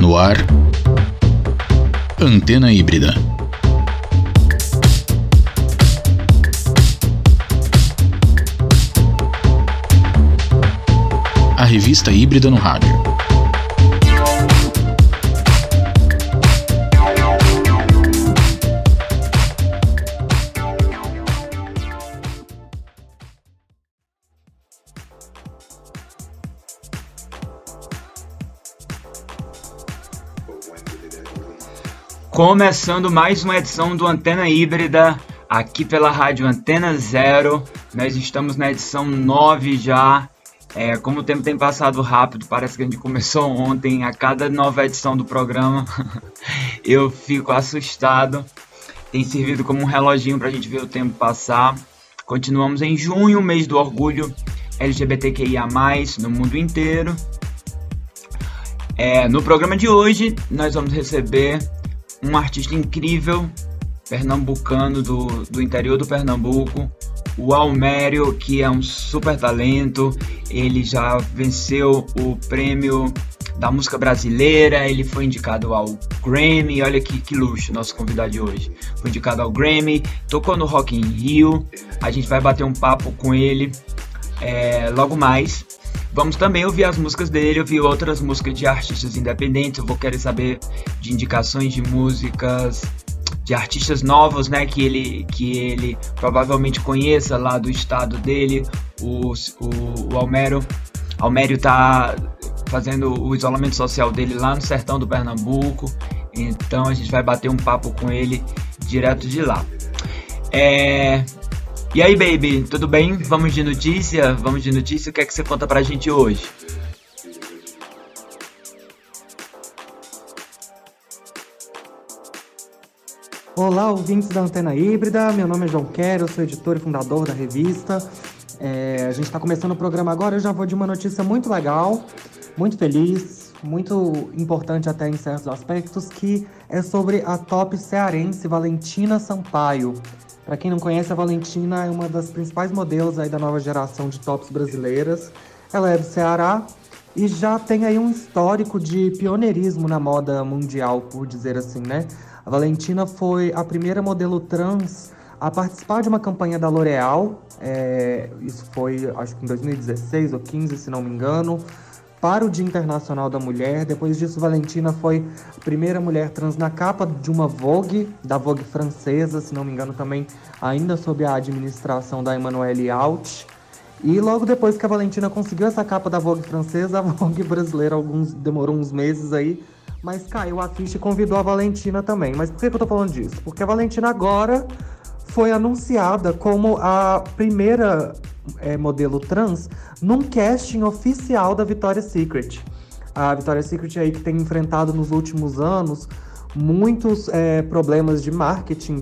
No ar, Antena Híbrida. A revista híbrida no rádio. Começando mais uma edição do Antena Híbrida, aqui pela rádio Antena Zero. Nós estamos na edição 9 já. Como o tempo tem passado rápido, parece que a gente começou ontem. A cada nova edição do programa eu fico assustado. Tem servido como um reloginho para a gente ver o tempo passar. Continuamos em junho, mês do orgulho LGBTQIA+, no mundo inteiro. No programa de hoje, nós vamos receber um artista incrível, pernambucano do interior do Pernambuco, o Almério, que é um super talento. Ele já venceu o prêmio da música brasileira, ele foi indicado ao Grammy. Olha que luxo, nosso convidado de hoje. Foi indicado ao Grammy, tocou no Rock in Rio. A gente vai bater um papo com ele logo mais. Vamos também ouvir as músicas dele, ouvir outras músicas de artistas independentes. Eu vou querer saber de indicações de músicas de artistas novos, né, que ele provavelmente conheça lá do estado dele. O Almério tá fazendo o isolamento social dele lá no sertão do Pernambuco. Então a gente vai bater um papo com ele direto de lá. E aí, baby, tudo bem? Vamos de notícia? O que é que você conta pra gente hoje? Olá, ouvintes da Antena Híbrida. Meu nome é João Quero, eu sou editor e fundador da revista. A gente está começando o programa agora. Eu já vou de uma notícia muito legal, muito feliz, muito importante até em certos aspectos, que é sobre a top cearense Valentina Sampaio. Para quem não conhece, a Valentina é uma das principais modelos aí da nova geração de tops brasileiras. Ela é do Ceará e já tem aí um histórico de pioneirismo na moda mundial, por dizer assim, né? A Valentina foi a primeira modelo trans a participar de uma campanha da L'Oréal. Isso foi, acho que em 2016 ou 15, se não me engano, para o Dia Internacional da Mulher. Depois disso, Valentina foi a primeira mulher trans na capa de uma Vogue, da Vogue francesa, se não me engano também, ainda sob a administração da Emmanuelle Alt. E logo depois que a Valentina conseguiu essa capa da Vogue francesa, a Vogue brasileira demorou uns meses aí, mas caiu a ficha e convidou a Valentina também. Mas por que eu tô falando disso? Porque a Valentina agora foi anunciada como a primeira modelo trans num casting oficial da Victoria's Secret. A Victoria's Secret aí que tem enfrentado nos últimos anos muitos problemas de marketing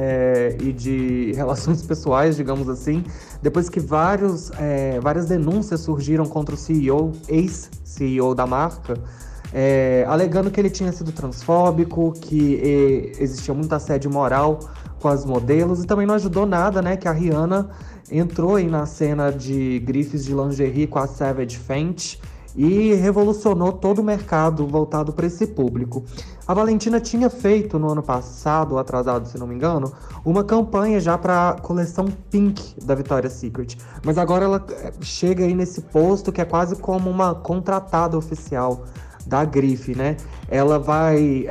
e de relações pessoais, digamos assim, depois que várias denúncias surgiram contra o CEO, ex-CEO da marca, alegando que ele tinha sido transfóbico, que existia muito assédio moral com as modelos, e também não ajudou nada, né, que a Rihanna entrou aí na cena de grifes de lingerie com a Savage Fenty e revolucionou todo o mercado voltado para esse público. A Valentina tinha feito no ano passado, atrasado se não me engano, uma campanha já para a coleção Pink da Victoria's Secret, mas agora ela chega aí nesse posto que é quase como uma contratada oficial da grife, né? Ela vai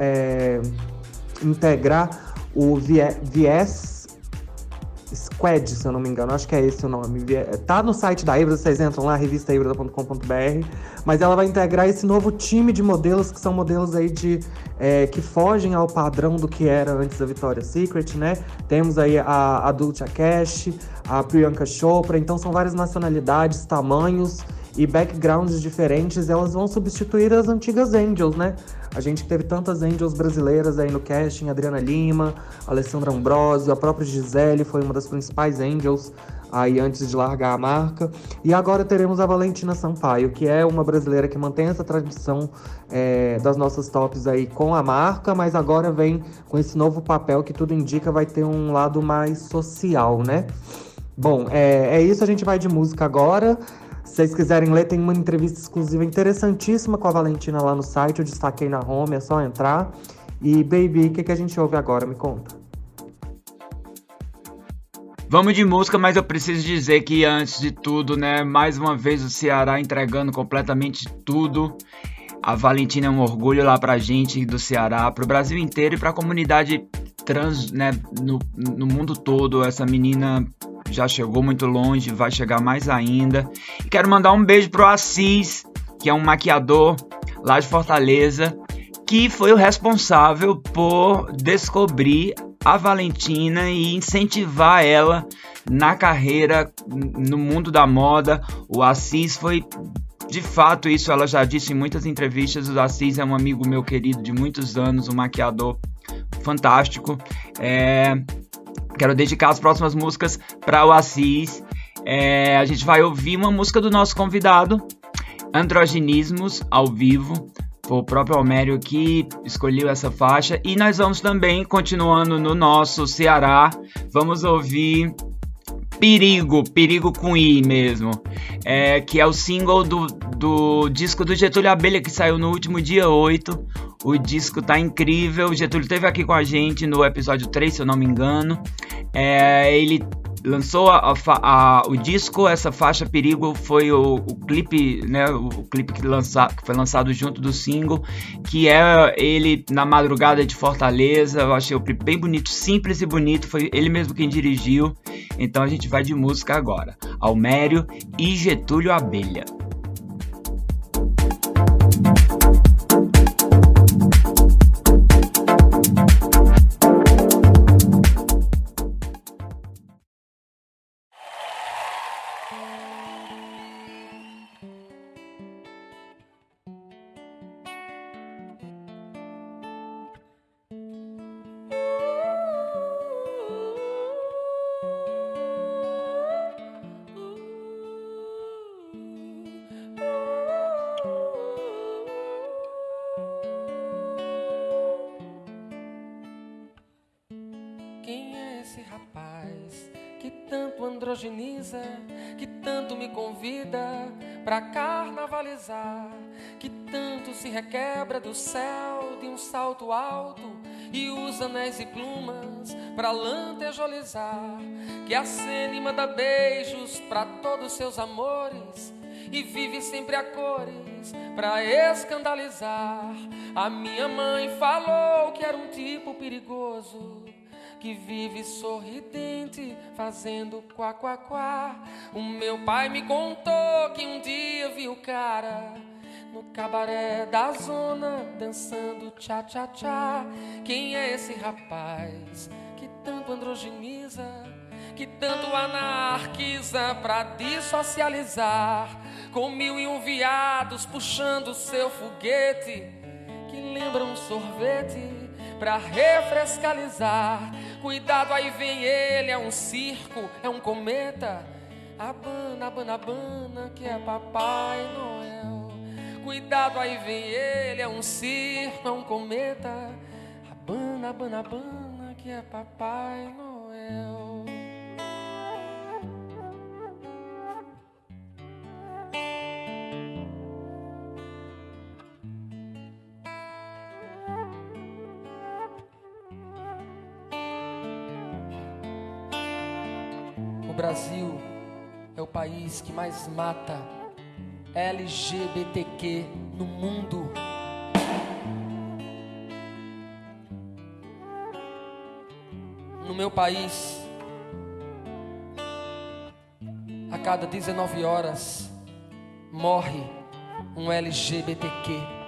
integrar o Viés Squad, se eu não me engano, acho que é esse o nome. Tá no site da Híbrida, vocês entram lá, revistahíbrida.com.br, mas ela vai integrar esse novo time de modelos, que são modelos aí que fogem ao padrão do que era antes da Victoria's Secret, né? Temos aí a Dulce Cash, a Priyanka Chopra, então são várias nacionalidades, tamanhos e backgrounds diferentes. Elas vão substituir as antigas Angels, né? A gente teve tantas Angels brasileiras aí no casting, Adriana Lima, Alessandra Ambrosio, a própria Gisele foi uma das principais Angels aí antes de largar a marca. E agora teremos a Valentina Sampaio, que é uma brasileira que mantém essa tradição das nossas tops aí com a marca, mas agora vem com esse novo papel que tudo indica vai ter um lado mais social, né? Bom, é isso, a gente vai de música agora. Se vocês quiserem ler, tem uma entrevista exclusiva interessantíssima com a Valentina lá no site, eu destaquei na home, é só entrar. E, baby, o que a gente ouve agora? Me conta. Vamos de música, mas eu preciso dizer que antes de tudo, né, mais uma vez o Ceará entregando completamente tudo. A Valentina é um orgulho lá pra gente do Ceará, pro Brasil inteiro e pra comunidade trans, né, no mundo todo. Essa menina já chegou muito longe, vai chegar mais ainda. E quero mandar um beijo pro Assis, que é um maquiador lá de Fortaleza, que foi o responsável por descobrir a Valentina e incentivar ela na carreira no mundo da moda. O Assis foi, de fato, isso ela já disse em muitas entrevistas, o Assis é um amigo meu querido de muitos anos, um maquiador fantástico. Quero dedicar as próximas músicas para o Assis. A gente vai ouvir uma música do nosso convidado, Androginismos, ao vivo. Foi o próprio Almério que escolheu essa faixa. E nós vamos também, continuando no nosso Ceará, vamos ouvir Perigo com I mesmo, que é o single do disco do Getúlio Abelha, que saiu no último dia 8. O disco tá incrível. O Getúlio esteve aqui com a gente no episódio 3, se eu não me engano. Ele lançou o disco, essa faixa Perigo foi o clipe, né? O clipe que foi lançado junto do single, que é ele na madrugada de Fortaleza. Eu achei o clipe bem bonito, simples e bonito. Foi ele mesmo quem dirigiu. Então a gente vai de música agora. Almério e Getúlio Abelha. Androgeniza, que tanto me convida pra carnavalizar, que tanto se requebra do céu de um salto alto e usa anéis e plumas pra lantejolizar, que acende e manda beijos pra todos seus amores e vive sempre a cores pra escandalizar. A minha mãe falou que era um tipo perigoso, que vive sorridente, fazendo quá, quá, quá. O meu pai me contou que um dia viu o cara no cabaré da zona, dançando tchá, tchá, tchá. Quem é esse rapaz que tanto androgeniza, que tanto anarquiza pra dessocializar, com 1001 viados puxando seu foguete, que lembra um sorvete pra refrescalizar. Cuidado, aí vem ele, é um circo, é um cometa. Abana, abana, abana, que é Papai Noel. Cuidado, aí vem ele, é um circo, é um cometa. Abana, abana, abana, que é Papai Noel. O Brasil é o país que mais mata LGBTQ no mundo. No meu país, a cada 19 horas morre um LGBTQ.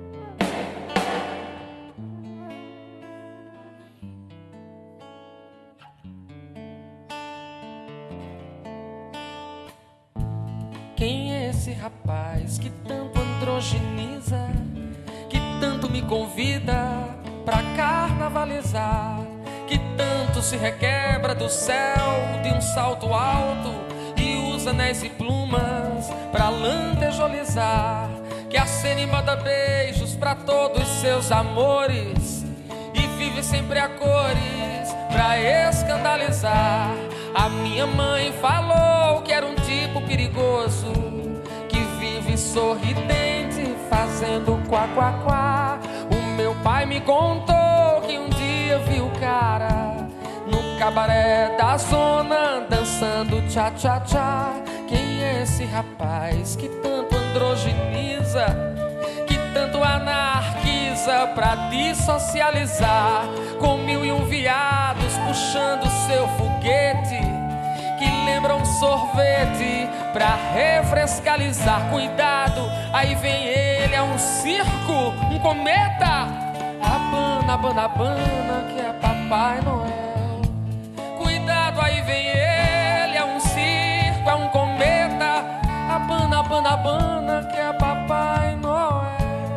Quem é esse rapaz que tanto androgeniza, que tanto me convida pra carnavalizar, que tanto se requebra do céu de um salto alto e usa anéis e plumas pra lantejolizar, que acena e manda beijos pra todos seus amores e vive sempre a cores pra escandalizar. A minha mãe falou que era um tipo perigoso, sorridente, fazendo quá, quá, quá. O meu pai me contou que um dia viu o cara no cabaré da zona, dançando tchá, tchá, tchá. Quem é esse rapaz que tanto androgeniza, que tanto anarquiza pra dessocializar, com 1001 viados puxando seu foguete, que lembra um sorvete pra refrescalizar? Cuidado, aí vem ele, é um circo, um cometa. Abana, abana, abana, que é Papai Noel. Cuidado, aí vem ele, é um circo, é um cometa. Abana, abana, abana, que é Papai Noel.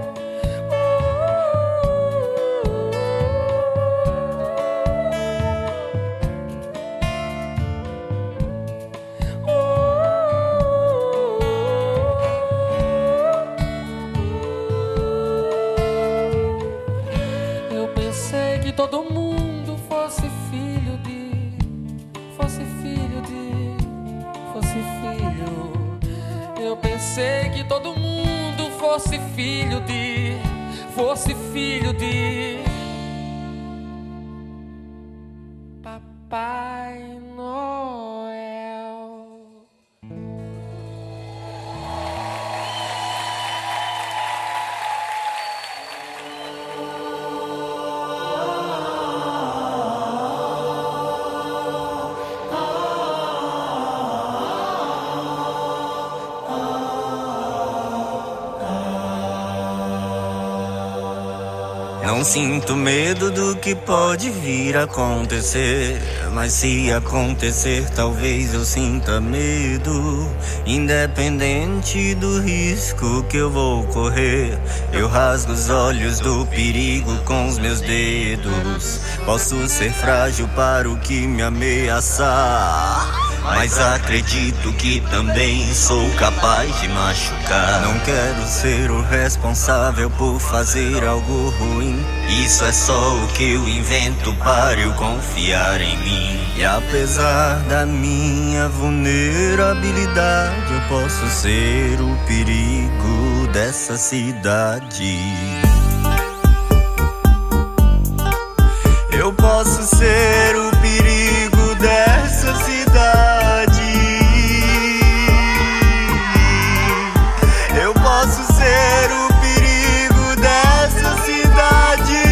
Todo mundo fosse filho. Eu pensei que todo mundo fosse filho de Papai Noel. Não sinto medo do que pode vir a acontecer, mas se acontecer talvez eu sinta medo. Independente do risco que eu vou correr, eu rasgo os olhos do perigo com os meus dedos. Posso ser frágil para o que me ameaçar, mas acredito que também sou capaz de machucar. Não quero ser o responsável por fazer algo ruim. Isso é só o que eu invento para eu confiar em mim. E apesar da minha vulnerabilidade, eu posso ser o perigo dessa cidade. Eu posso ser o perigo dessa cidade. Eu posso ser o perigo dessa cidade.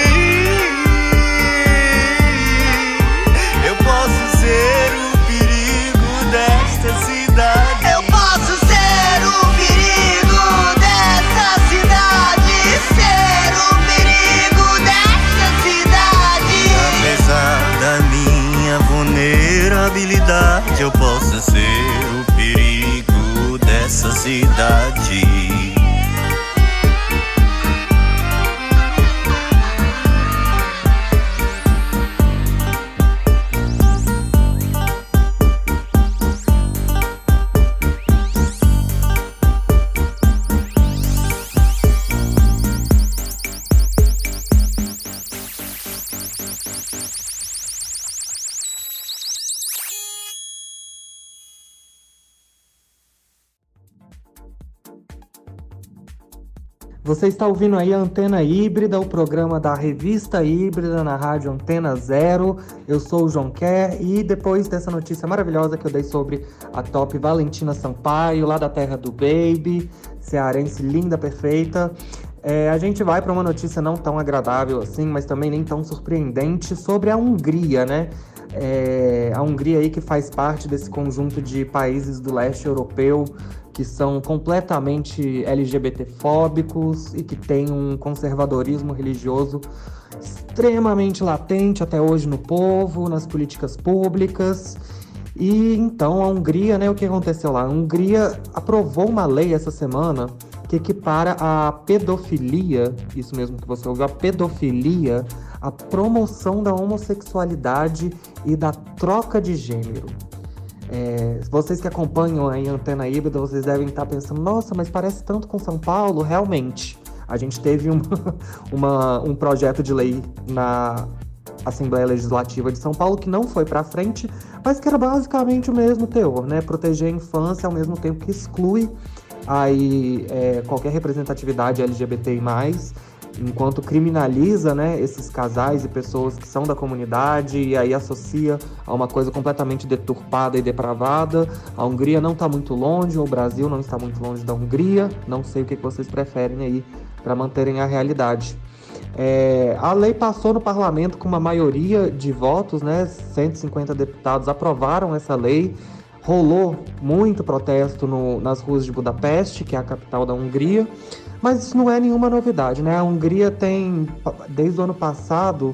Eu posso ser o perigo desta cidade. Eu posso ser o perigo dessa cidade. Ser o perigo dessa cidade. Apesar da minha vulnerabilidade, eu posso ser o perigo dessa cidade. Você está ouvindo aí a Antena Híbrida, o programa da Revista Híbrida na rádio Antena Zero. Eu sou o João Quer e depois dessa notícia maravilhosa que eu dei sobre a top Valentina Sampaio, lá da terra do Baby, cearense linda, perfeita, a gente vai para uma notícia não tão agradável assim, mas também nem tão surpreendente, sobre a Hungria, né? A Hungria aí que faz parte desse conjunto de países do leste europeu que são completamente LGBT-fóbicos e que tem um conservadorismo religioso extremamente latente até hoje no povo, nas políticas públicas. E então a Hungria, né, o que aconteceu lá? A Hungria aprovou uma lei essa semana que equipara a pedofilia, isso mesmo que você ouviu, a pedofilia, a promoção da homossexualidade e da troca de gênero. Vocês que acompanham aí a Antena Híbrida, vocês devem estar pensando, nossa, mas parece tanto com São Paulo. Realmente, a gente teve um projeto de lei na Assembleia Legislativa de São Paulo que não foi para frente, mas que era basicamente o mesmo teor, né? Proteger a infância ao mesmo tempo que exclui aí qualquer representatividade LGBTI+, enquanto criminaliza, né, esses casais e pessoas que são da comunidade e aí associa a uma coisa completamente deturpada e depravada. A Hungria não está muito longe, ou o Brasil não está muito longe da Hungria. Não sei o que vocês preferem aí para manterem a realidade. A lei passou no parlamento com uma maioria de votos, né? 150 deputados aprovaram essa lei. Rolou muito protesto nas ruas de Budapeste, que é a capital da Hungria, mas isso não é nenhuma novidade, né? A Hungria tem, desde o ano passado,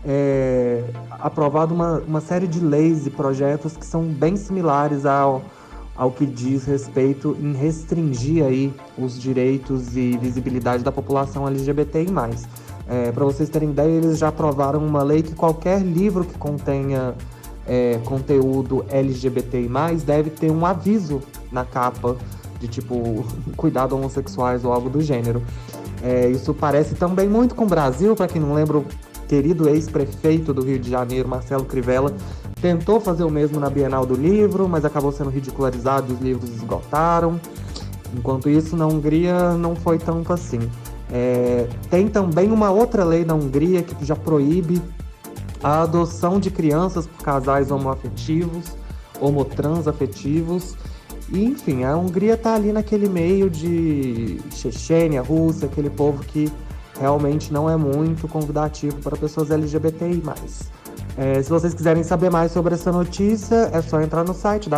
aprovado uma série de leis e projetos que são bem similares ao que diz respeito em restringir aí os direitos e visibilidade da população LGBTI+. Para vocês terem ideia, eles já aprovaram uma lei que qualquer livro que contenha conteúdo LGBTI+, deve ter um aviso na capa de tipo, cuidado homossexuais ou algo do gênero. Isso parece também muito com o Brasil. Para quem não lembra, o querido ex-prefeito do Rio de Janeiro, Marcelo Crivella, tentou fazer o mesmo na Bienal do Livro, mas acabou sendo ridicularizado e os livros esgotaram. Enquanto isso, na Hungria não foi tanto assim. Tem também uma outra lei na Hungria que já proíbe a adoção de crianças por casais homoafetivos, homotransafetivos. E, enfim, a Hungria está ali naquele meio de Chechênia, Rússia, aquele povo que realmente não é muito convidativo para pessoas LGBTI+. Se vocês quiserem saber mais sobre essa notícia, é só entrar no site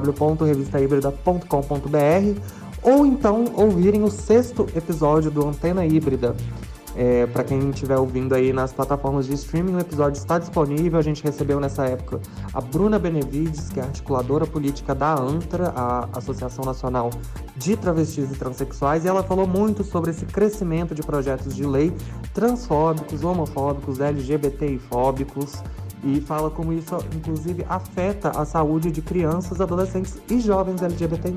www.revistahíbrida.com.br ou então ouvirem o 6º episódio do Antena Híbrida. Para quem estiver ouvindo aí nas plataformas de streaming, o episódio está disponível. A gente recebeu nessa época a Bruna Benevides, que é articuladora política da ANTRA, a Associação Nacional de Travestis e Transsexuais, e ela falou muito sobre esse crescimento de projetos de lei transfóbicos, homofóbicos, LGBTI-fóbicos, e fala como isso, inclusive, afeta a saúde de crianças, adolescentes e jovens LGBTI+.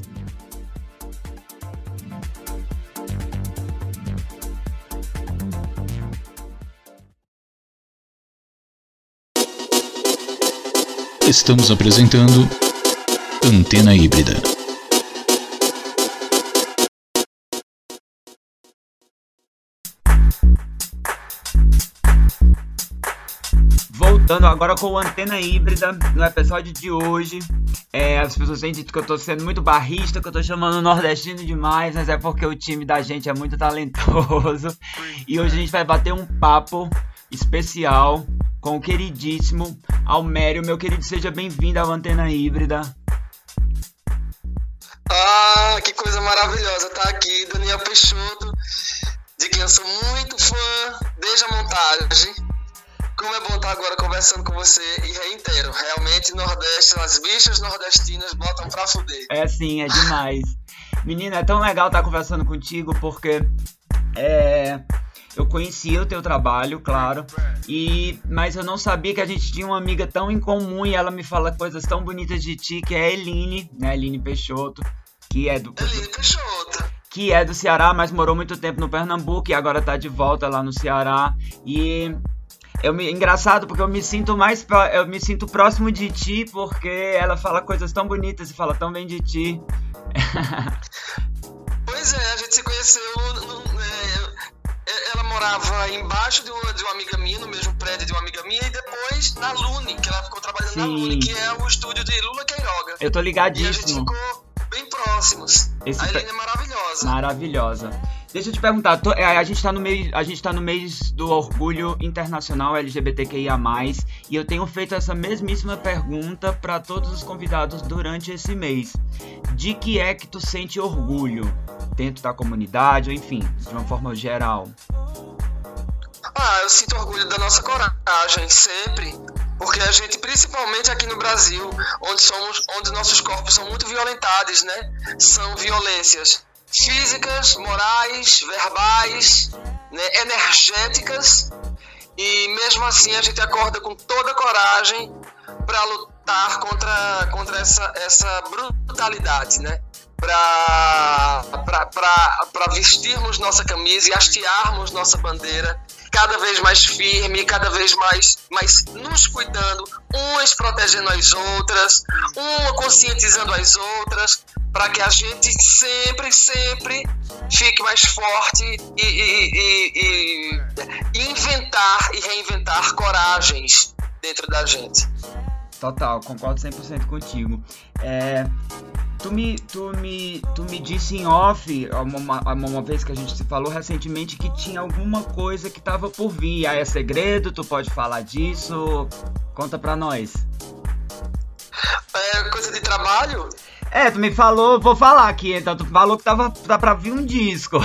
Estamos apresentando Antena Híbrida. Voltando agora com o Antena Híbrida, no episódio de hoje, as pessoas têm dito que eu tô sendo muito barrista, que eu tô chamando o nordestino demais, mas é porque o time da gente é muito talentoso. E hoje a gente vai bater um papo especial com o queridíssimo Almério. Meu querido, seja bem-vindo ao Antena Híbrida. Que coisa maravilhosa estar aqui, Daniel Peixoto, de quem eu sou muito fã desde a montagem. Como é bom estar agora conversando com você, e reitero, realmente Nordeste, as bichas nordestinas botam pra fuder. Sim, é demais. Menina, é tão legal estar conversando contigo, porque eu conhecia o teu trabalho, claro, mas eu não sabia que a gente tinha uma amiga tão em comum, e ela me fala coisas tão bonitas de ti, que é a Eline, né? Eline Peixoto, Eline Peixoto, que é do Ceará, mas morou muito tempo no Pernambuco e agora tá de volta lá no Ceará. E engraçado, porque eu me sinto próximo de ti, porque ela fala coisas tão bonitas e fala tão bem de ti. Pois é, a gente se conheceu, ela morava embaixo de uma amiga minha, no mesmo prédio de uma amiga minha, e depois na Lune, que ela ficou trabalhando. Sim. Na Lune, que é o estúdio de Lula Queiroga. Eu tô ligadíssimo. E a gente ficou bem próximos. A Eline é maravilhosa. Maravilhosa. Deixa eu te perguntar, a gente tá no mês do orgulho internacional LGBTQIA+, e eu tenho feito essa mesmíssima pergunta para todos os convidados durante esse mês. De que é que tu sente orgulho? Dentro da comunidade, ou enfim, de uma forma geral? Eu sinto orgulho da nossa coragem, sempre. Porque a gente, principalmente aqui no Brasil, onde nossos corpos são muito violentados, né? São violências físicas, morais, verbais, né, energéticas, e mesmo assim a gente acorda com toda a coragem para lutar contra essa brutalidade, né? Para vestirmos nossa camisa e hastearmos nossa bandeira, cada vez mais firme, cada vez mais nos cuidando, umas protegendo as outras, uma conscientizando as outras, para que a gente sempre fique mais forte e inventar e reinventar coragens dentro da gente. Total, concordo 100% contigo. Tu me disse em off, uma vez que a gente se falou recentemente, que tinha alguma coisa que tava por vir. Aí é segredo? Tu pode falar disso? Conta pra nós. Coisa de trabalho? Tu me falou, vou falar aqui, então tu falou que tá pra vir um disco.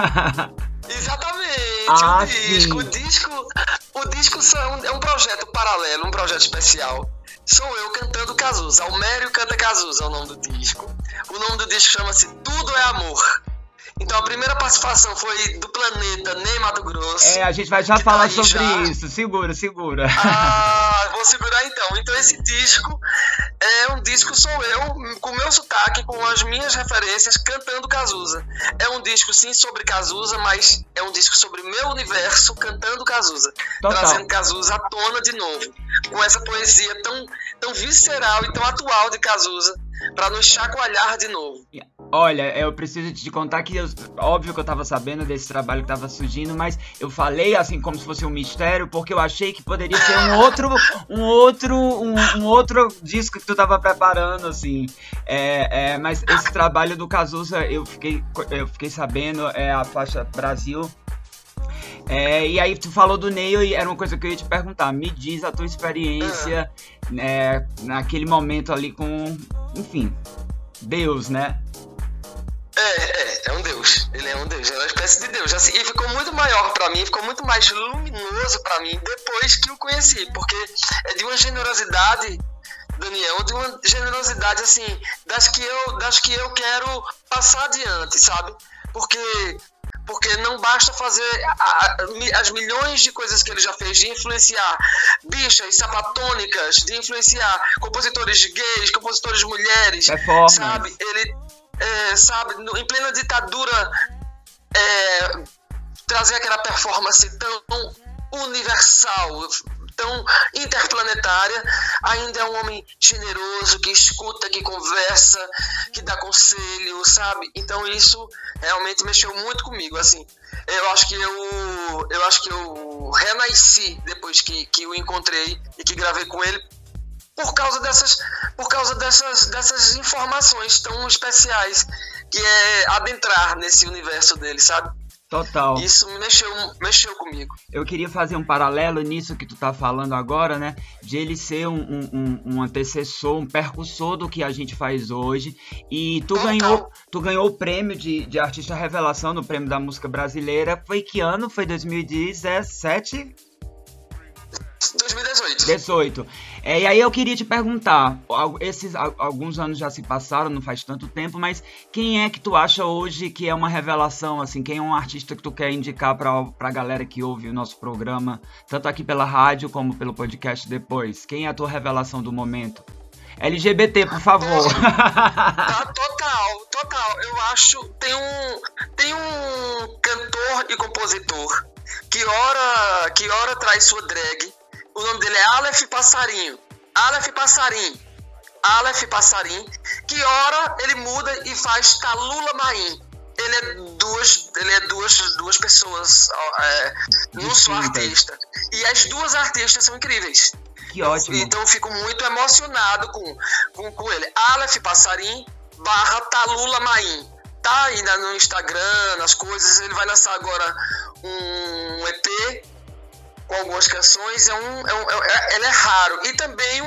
Exatamente, o disco é um projeto paralelo, um projeto especial. Sou eu cantando Cazuza, Almério canta Cazuza é o nome do disco. O nome do disco chama-se Tudo é Amor. Então a primeira participação foi do Planeta, Ney Mato Grosso. A gente vai já falar sobre isso, segura. Vou segurar então. Então esse disco é um disco, sou eu, com o meu sotaque, com as minhas referências, cantando Cazuza. É um disco sim sobre Cazuza, mas é um disco sobre o meu universo, cantando Cazuza. Total. Trazendo Cazuza à tona de novo. Com essa poesia tão visceral e tão atual de Cazuza, para nos chacoalhar de novo. Olha, eu preciso te contar que, óbvio que eu tava sabendo desse trabalho que tava surgindo, mas eu falei assim como se fosse um mistério, porque eu achei que poderia ser um outro disco que tu tava preparando, assim. Mas esse trabalho do Cazuza, eu fiquei sabendo, a faixa Brasil. E aí tu falou do Ney e era uma coisa que eu ia te perguntar. Me diz a tua experiência naquele momento ali com, enfim, Deus, né? É um Deus. Ele é um Deus, é uma espécie de Deus. Assim, e ficou muito maior pra mim, ficou muito mais luminoso pra mim depois que o conheci, porque é de uma generosidade, Daniel, de uma generosidade assim, das que eu quero passar adiante, sabe? Porque não basta fazer as milhões de coisas que ele já fez, de influenciar bichas sapatônicas, de influenciar compositores gays, compositores mulheres, sabe? Ele, em plena ditadura, trazer aquela performance tão universal, tão interplanetária, ainda é um homem generoso, que escuta, que conversa, que dá conselho, sabe? Então isso realmente mexeu muito comigo, assim. Eu acho que eu renasci depois que o encontrei e que gravei com ele por causa dessas informações tão especiais, que é adentrar nesse universo dele, sabe? Total. Isso mexeu comigo. Eu queria fazer um paralelo nisso que tu tá falando agora, né? De ele ser um antecessor, um percussor do que a gente faz hoje. E tu ganhou o prêmio de artista revelação no Prêmio da Música Brasileira. Foi que ano? Foi 2017? 2018. E aí eu queria te perguntar, alguns anos já se passaram, não faz tanto tempo, mas quem é que tu acha hoje que é uma revelação, assim, quem é um artista que tu quer indicar pra galera que ouve o nosso programa, tanto aqui pela rádio como pelo podcast depois? Quem é a tua revelação do momento? LGBT, por favor. Total. Eu acho, tem um cantor e compositor que ora traz sua drag. O nome dele é Aleph Passarinho, que ora ele muda e faz Talula Maim. Ele é duas pessoas, não só artista. E as duas artistas são incríveis. Que ótimo. Então eu fico muito emocionado com ele. Aleph Passarinho / Talula Maim. Tá aí no Instagram, nas coisas. Ele vai lançar agora um EP com algumas canções, ele é raro. E também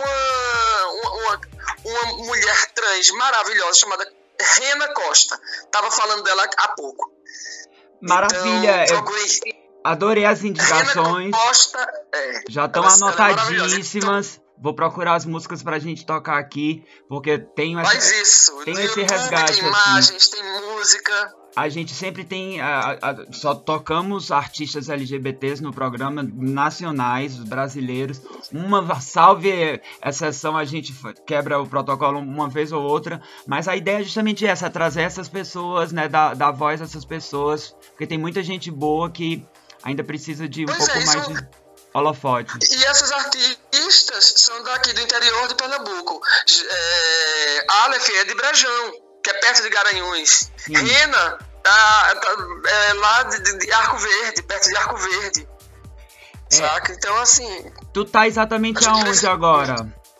uma mulher trans maravilhosa chamada Rena Costa. Tava falando dela há pouco. Maravilha. Então, adorei as indicações. Rena Costa, já estão anotadíssimas. Vou procurar as músicas pra gente tocar aqui, porque tem esse resgate. Tem imagens, tem música. A gente sempre tem, só tocamos artistas LGBTs no programa, nacionais, brasileiros. Uma salve exceção, a gente quebra o protocolo uma vez ou outra, mas a ideia é justamente essa, é trazer essas pessoas, né, dar voz a essas pessoas, porque tem muita gente boa que ainda precisa de um Pois pouco é, mais isso- de holofote. E essas artistas são daqui do interior de Pernambuco. Aleph é de Brejão, que é perto de Garanhuns. Sim. Rena é lá de Arco Verde, perto de Arco Verde. Saca? Então, assim, Tu tá exatamente aonde agora?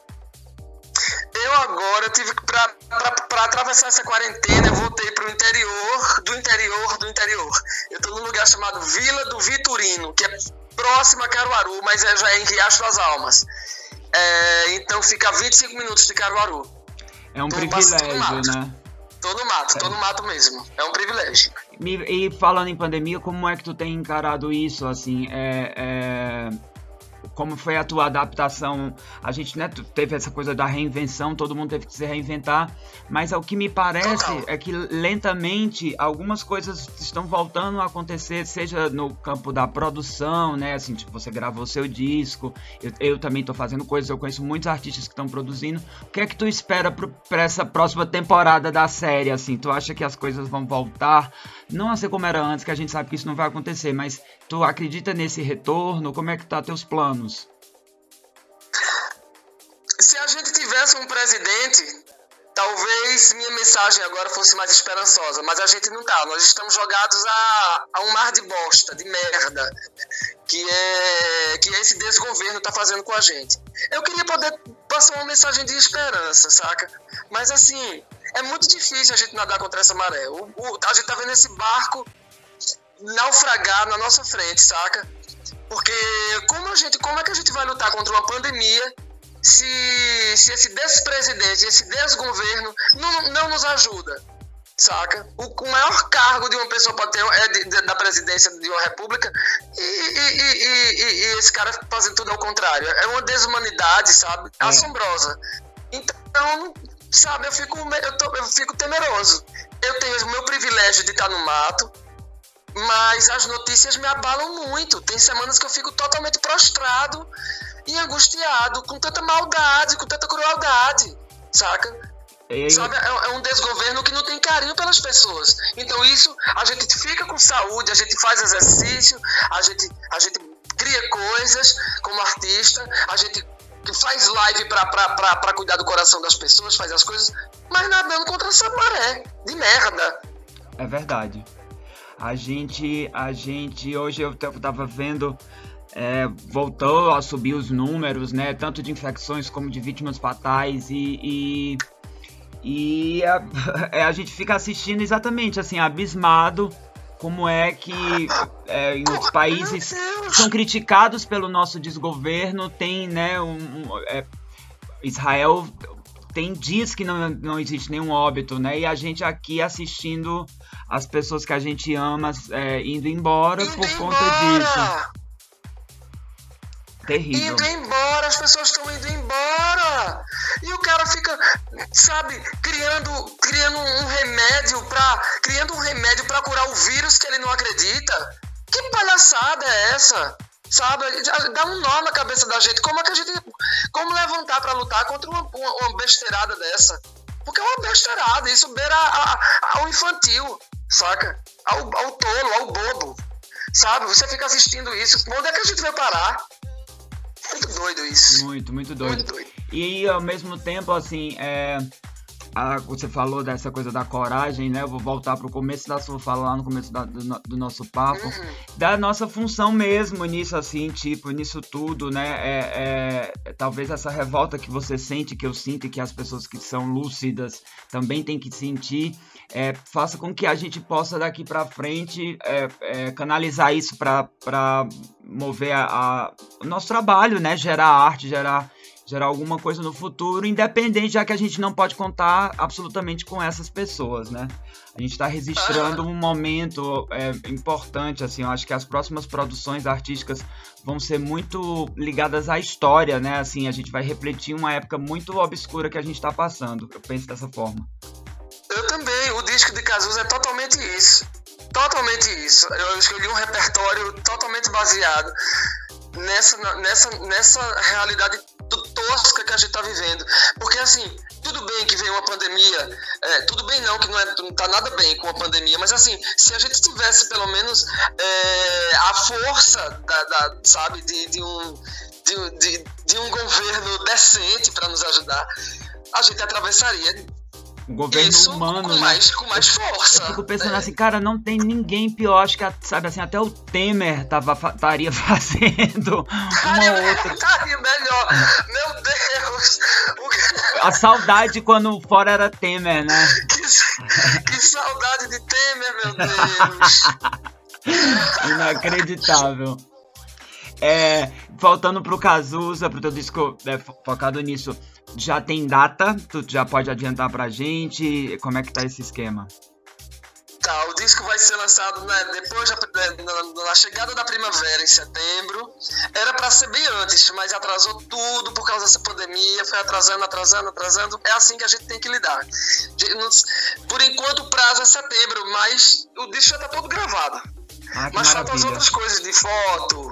eu agora tive que, pra atravessar essa quarentena, eu voltei pro interior do interior do interior. Eu tô num lugar chamado Vila do Vitorino, que é próximo a Caruaru, mas já é em Riacho das Almas. Então fica a 25 minutos de Caruaru. É um Tô privilégio, bastante né? Tô no mato mesmo. É um privilégio. E falando em pandemia, como é que tu tem encarado isso, assim, como foi a tua adaptação? A gente, né, teve essa coisa da reinvenção, todo mundo teve que se reinventar, mas o que me parece Total. é que lentamente algumas coisas estão voltando a acontecer, seja no campo da produção, né, assim, tipo, você gravou seu disco, eu também tô fazendo coisas, eu conheço muitos artistas que estão produzindo. O que é que tu espera pra essa próxima temporada da série, assim? Tu acha que as coisas vão voltar? Não a ser como era antes, que a gente sabe que isso não vai acontecer, mas tu acredita nesse retorno? Como é que tá teus planos? Se a gente tivesse um presidente, talvez minha mensagem agora fosse mais esperançosa, mas a gente não tá. Nós estamos jogados a um mar de bosta, de merda, que esse desgoverno tá fazendo com a gente. Eu queria poder passar uma mensagem de esperança, saca? Mas assim, é muito difícil a gente nadar contra essa maré. A gente tá vendo esse barco naufragar na nossa frente, saca? Porque como é que a gente vai lutar contra uma pandemia se esse despresidente, esse desgoverno não nos ajuda, saca? O maior cargo de uma pessoa pode ter é da presidência de uma república e esse cara fazendo tudo ao contrário. É uma desumanidade, sabe? Assombrosa. Então, sabe, eu fico temeroso. Eu tenho o meu privilégio de estar no mato, mas as notícias me abalam muito. Tem semanas que eu fico totalmente prostrado e angustiado, com tanta maldade, com tanta crueldade, saca? Sabe, é um desgoverno que não tem carinho pelas pessoas. Então isso, a gente fica com saúde, a gente faz exercício, a gente cria coisas como artista, a gente faz live pra cuidar do coração das pessoas, faz as coisas, mas nadando contra essa maré de merda. É verdade. A gente hoje eu tava vendo, voltou a subir os números, né, tanto de infecções como de vítimas fatais e a gente fica assistindo exatamente, assim, abismado como é que em outros países são criticados pelo nosso desgoverno. Tem, né, Israel tem dias que não existe nenhum óbito, né, e a gente aqui assistindo as pessoas que a gente ama indo embora por conta disso. Terrível. Indo embora, as pessoas estão indo embora. E o cara fica, sabe, criando um remédio pra curar o vírus que ele não acredita. Que palhaçada é essa? Sabe, dá um nó na cabeça da gente. Como levantar pra lutar contra uma besteirada dessa? Porque é uma besteirada, isso beira ao infantil, saca? Ao tolo, ao bobo. Sabe, você fica assistindo isso. Onde é que a gente vai parar? Muito doido isso. Muito doido. Muito doido. E ao mesmo tempo, assim, você falou dessa coisa da coragem, né? Eu vou voltar pro começo da sua fala, lá no começo do nosso papo, da nossa função mesmo nisso, assim, tipo, nisso tudo, né? Talvez essa revolta que você sente, que eu sinto e que as pessoas que são lúcidas também têm que sentir, faça com que a gente possa daqui pra frente canalizar isso pra mover o nosso trabalho, né? Gerar arte, gerar alguma coisa no futuro, independente, já que a gente não pode contar absolutamente com essas pessoas, né? A gente está registrando um momento importante, assim, eu acho que as próximas produções artísticas vão ser muito ligadas à história, né? Assim, a gente vai refletir uma época muito obscura que a gente está passando, eu penso dessa forma. Eu também, o disco de Cazuza é totalmente isso. Totalmente isso. Eu escolhi um repertório totalmente baseado nessa realidade tosca que a gente tá vivendo. Porque assim, tudo bem que veio uma pandemia, tudo bem não, que não tá nada bem com a pandemia, mas assim, se a gente tivesse pelo menos a força sabe, de um governo decente para nos ajudar, a gente atravessaria um governo isso humano, com mais força. Eu fico pensando assim, cara, não tem ninguém pior, acho que, sabe assim, até o Temer estaria fazendo uma outra. Estaria melhor, meu Deus. A saudade quando fora era Temer, né? Que saudade de Temer, meu Deus. Inacreditável. Voltando pro Cazuza, pro teu disco focado nisso, já tem data? Tu já pode adiantar pra gente? Como é que tá esse esquema? Tá, o disco vai ser lançado, né, depois na chegada da primavera, em setembro. Era pra ser bem antes, mas atrasou tudo por causa dessa pandemia, foi atrasando. É assim que a gente tem que lidar. Por enquanto o prazo é setembro, mas o disco já tá todo gravado. Mas faltam as outras coisas de foto.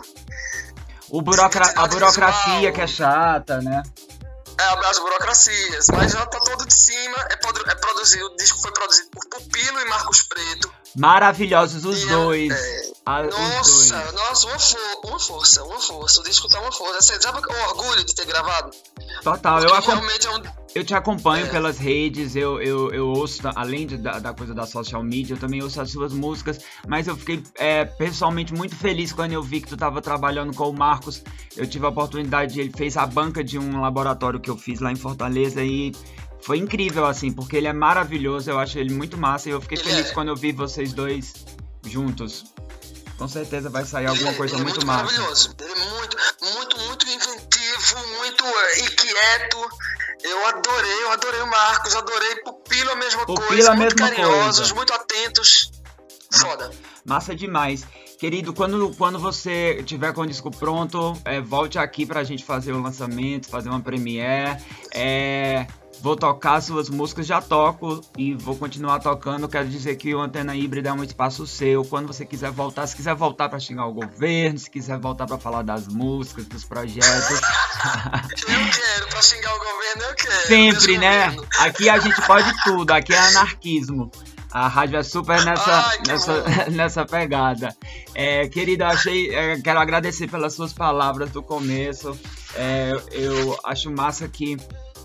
A burocracia que é chata, né? As burocracias, mas já tá todo de cima. O disco foi produzido por Pupilo e Marcos Preto. Maravilhosos os dois. Nossa, uma força. O disco tá uma força. Você sabe o orgulho de ter gravado? Total, realmente eu te acompanho pelas redes, eu ouço, além da coisa da social media, eu também ouço as suas músicas, mas eu fiquei pessoalmente muito feliz quando eu vi que tu tava trabalhando com o Marcos. Eu tive a oportunidade, ele fez a banca de um laboratório que eu fiz lá em Fortaleza e foi incrível, assim, porque ele é maravilhoso, eu acho ele muito massa e eu fiquei feliz quando eu vi vocês dois juntos. Com certeza vai sair alguma coisa muito massa. Maravilhoso. Ele é muito inventivo, muito inquieto. Eu adorei o Marcos, adorei Pupilo, a mesma coisa. Muito carinhosos, muito atentos. Foda. Massa demais. Querido, quando você tiver com o disco pronto, volte aqui pra gente fazer o lançamento, fazer uma premiere. Vou tocar suas músicas, já toco e vou continuar tocando. Quero dizer que o Antena Híbrida é um espaço seu. Quando você quiser voltar, se quiser voltar para xingar o governo, se quiser voltar para falar das músicas, dos projetos. Eu quero, para xingar o governo eu quero. Sempre, né? Aqui a gente pode tudo, aqui é anarquismo. A rádio é super nessa pegada. Querida, quero agradecer pelas suas palavras do começo. Eu acho massa que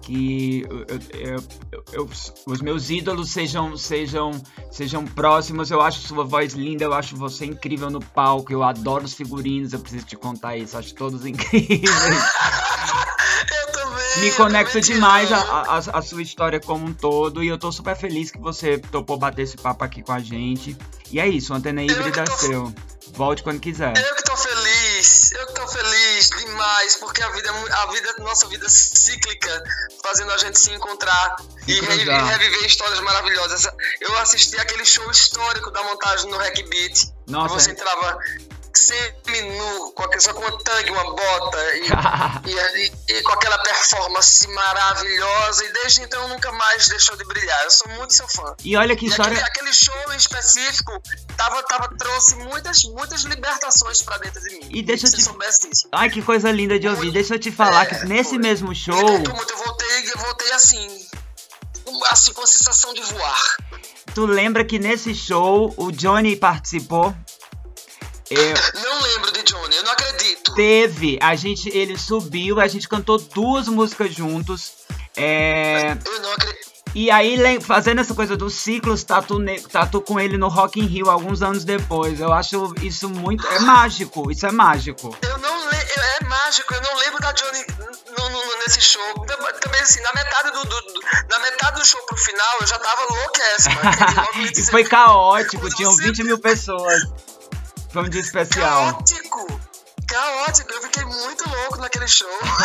os meus ídolos sejam próximos. Eu acho sua voz linda, eu acho você incrível no palco, eu adoro os figurinos, eu preciso te contar isso, acho todos incríveis. Eu também. Me conecta demais a sua história como um todo e eu tô super feliz que você topou bater esse papo aqui com a gente. E é isso, o Antena Híbrida é seu. Volte quando quiser. Eu que tô feliz demais, porque nossa vida cíclica, fazendo a gente se encontrar e reviver histórias maravilhosas. Eu assisti aquele show histórico da montagem no Hack Beat. Nossa, você entrava semi-nu, só com uma tanga, uma bota e com aquela performance maravilhosa, e desde então nunca mais deixou de brilhar. Eu sou muito seu fã. E olha que história... Aquele show em específico trouxe muitas libertações pra dentro de mim. E deixa eu te... soubesse disso. Ai, que coisa linda de ouvir. Deixa eu te falar que nesse mesmo show... Eu voltei assim com a sensação de voar. Tu lembra que nesse show o Johnny participou? Não lembro de Johnny, eu não acredito. Teve, ele subiu, a gente cantou 2 músicas juntos. Eu não acredito. E aí, fazendo essa coisa dos ciclos, tatu com ele no Rock in Rio alguns anos depois. Eu acho isso muito... É mágico, isso é mágico. É mágico, eu não lembro da Johnny nesse show. Também assim, na metade do show pro final, eu já tava louquíssima. E foi caótico, tinham 20 mil pessoas. Foi um dia especial. Caótico, eu fiquei muito louco naquele show.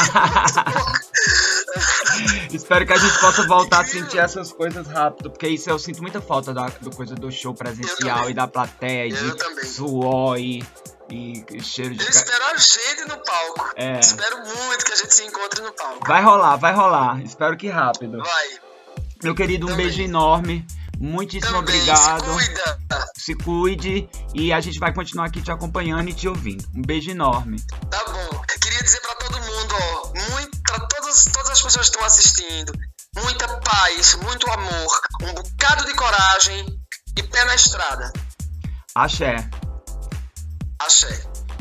Espero que a gente possa voltar a sentir essas coisas rápido, porque isso eu sinto muita falta da coisa do show presencial e da plateia, de suor e cheiro de... Eu espero a gente no palco. Espero muito que a gente se encontre no palco. Vai rolar. Espero que rápido. Vai. Meu querido, um beijo enorme. Muitíssimo obrigado. Se cuide e a gente vai continuar aqui te acompanhando e te ouvindo. Um beijo enorme. Tá bom. Queria dizer pra todo mundo, pra todas todas as pessoas que estão assistindo, muita paz, muito amor, um bocado de coragem e pé na estrada. Axé. Axé.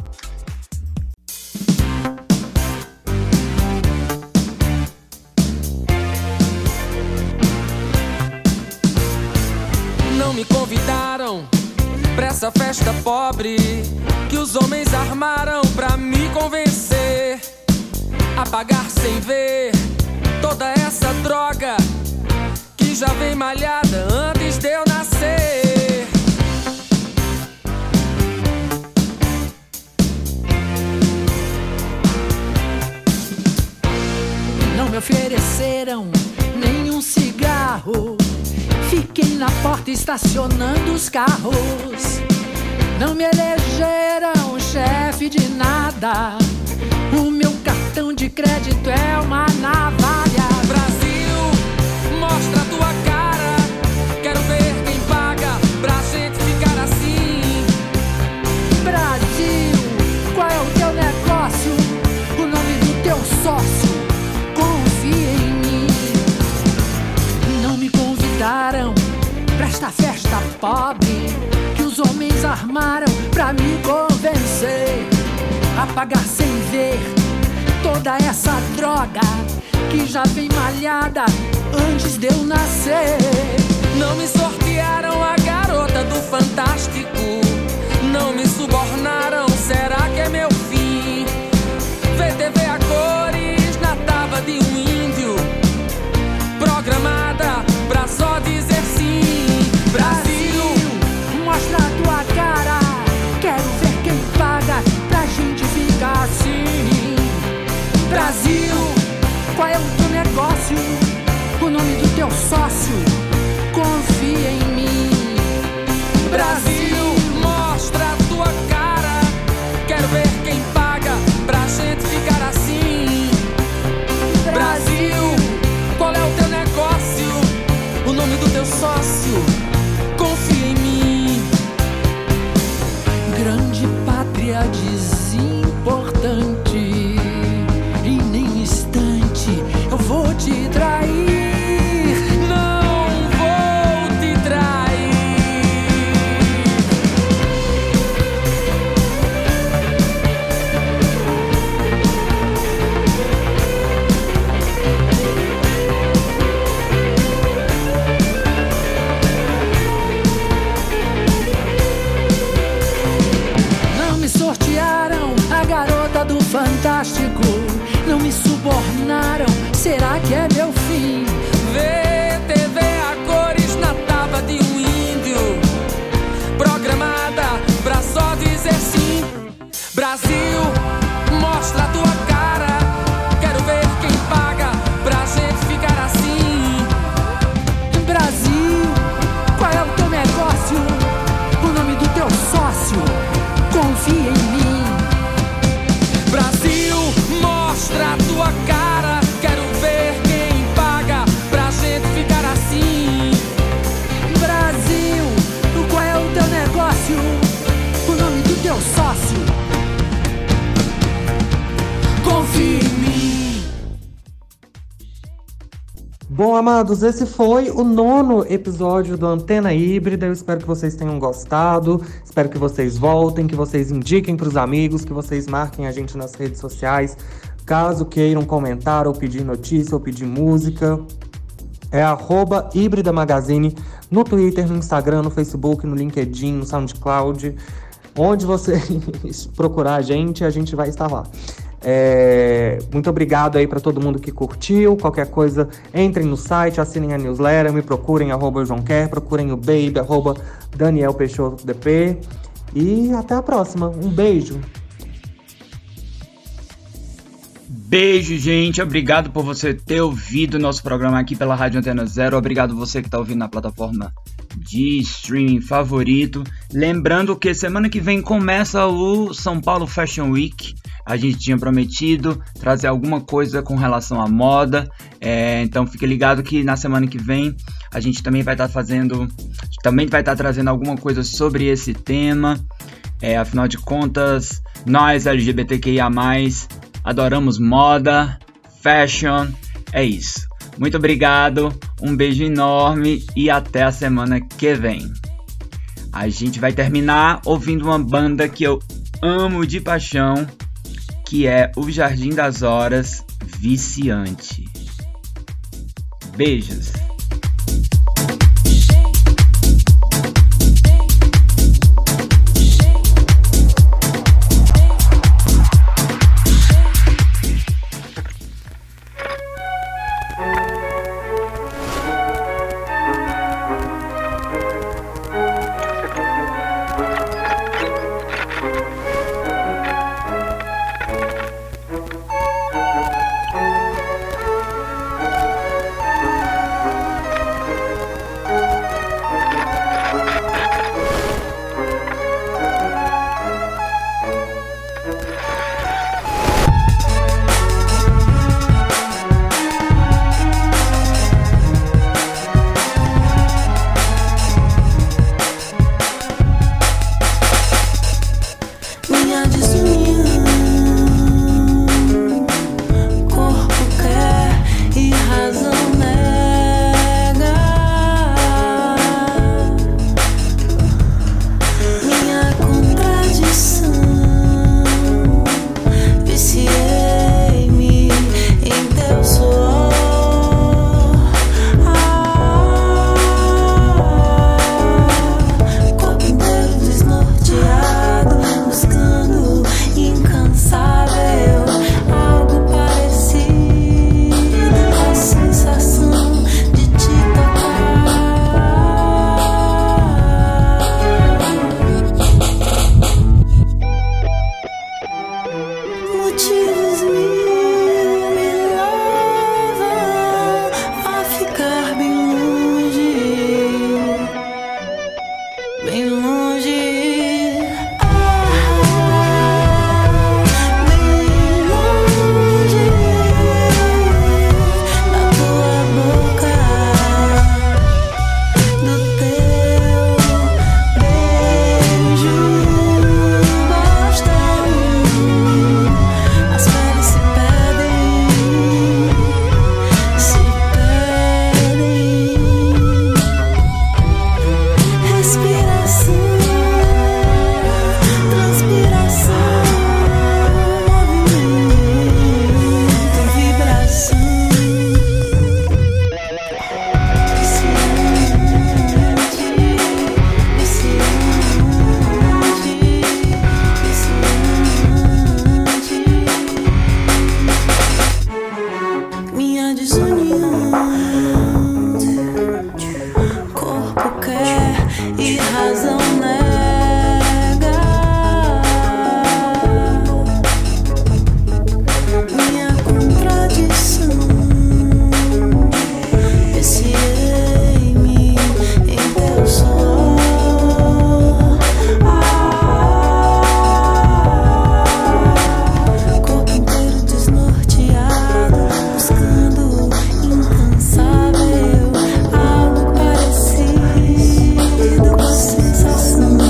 Não me convidaram pra essa festa pobre que os homens armaram pra me convencer a pagar sem ver toda essa droga que já vem malhada antes de eu nascer. Não me ofereceram nenhum cigarro. Fiquei na porta estacionando os carros. Não me elegeram chefe de nada. O meu cartão de crédito é uma navalha. Brasil, mostra a tua cara. Quero ver quem paga pra gente ficar assim. Brasil, qual é o teu negócio? O nome do teu sócio? Confia em mim. Não me convidaram pra esta festa pobre que os homens armaram pra me convencer a pagar sem ver toda essa droga que já vem malhada antes de eu nascer. Não me sortearam a garota do Fantástico. Não me subornaram, será que é meu fim? VTV a cores na taba de um índio, programada pra só dizer sim. Brasil, mostra a tua cara. Quero ver quem paga pra gente ficar assim. Brasil, qual é o teu negócio? O nome do teu sócio? Confia em mim. Brasil, mostra a tua cara. Quero ver quem paga pra gente ficar assim. Brasil, qual é o teu negócio? O nome do teu sócio? Confia em mim. Grande pátria desimportante, em nem instante eu vou te trair. Não vou te trair. Não me sortearam a garota do Fantástico. Não me subornaram, será que é meu fim? VTV a cores na taba de um índio, programada pra só dizer sim. Brasil, mostra a tua cara. Quero ver quem paga pra gente ficar assim. Brasil, qual é o teu negócio? O nome do teu sócio? Confia em mim. Brasil, mostra a tua cara. Quero ver quem paga pra gente ficar assim. Brasil, qual é o teu negócio? O nome do teu sócio? Confia em mim. Bom, amados, esse foi o 9º episódio do Antena Híbrida. Eu espero que vocês tenham gostado. Espero que vocês voltem, que vocês indiquem para os amigos, que vocês marquem a gente nas redes sociais. Caso queiram comentar ou pedir notícia ou pedir música, é @Híbrida Magazine no Twitter, no Instagram, no Facebook, no LinkedIn, no SoundCloud. Onde vocês procurar a gente vai estar lá. Muito obrigado aí para todo mundo que curtiu. Qualquer coisa, entrem no site, assinem a newsletter, me procurem @JoãoQuer, procurem o Baby, @Daniel Peixoto DP. E até a próxima. Um beijo. Beijo, gente. Obrigado por você ter ouvido o nosso programa aqui pela Rádio Antena Zero. Obrigado você que está ouvindo na plataforma de streaming favorito. Lembrando que semana que vem começa o São Paulo Fashion Week. A gente tinha prometido trazer alguma coisa com relação à moda. Então fique ligado que na semana que vem a gente também vai estar trazendo alguma coisa sobre esse tema. Afinal de contas, nós LGBTQIA+, adoramos moda, fashion. É isso. Muito obrigado, um beijo enorme e até a semana que vem. A gente vai terminar ouvindo uma banda que eu amo de paixão, que é o Jardim das Horas, Viciante. Beijos! Sensação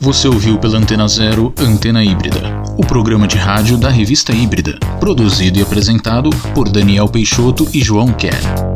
Você ouviu pela Antena Zero Antena Híbrida, o programa de rádio da revista Híbrida, produzido e apresentado por Daniel Peixoto e João Kerr.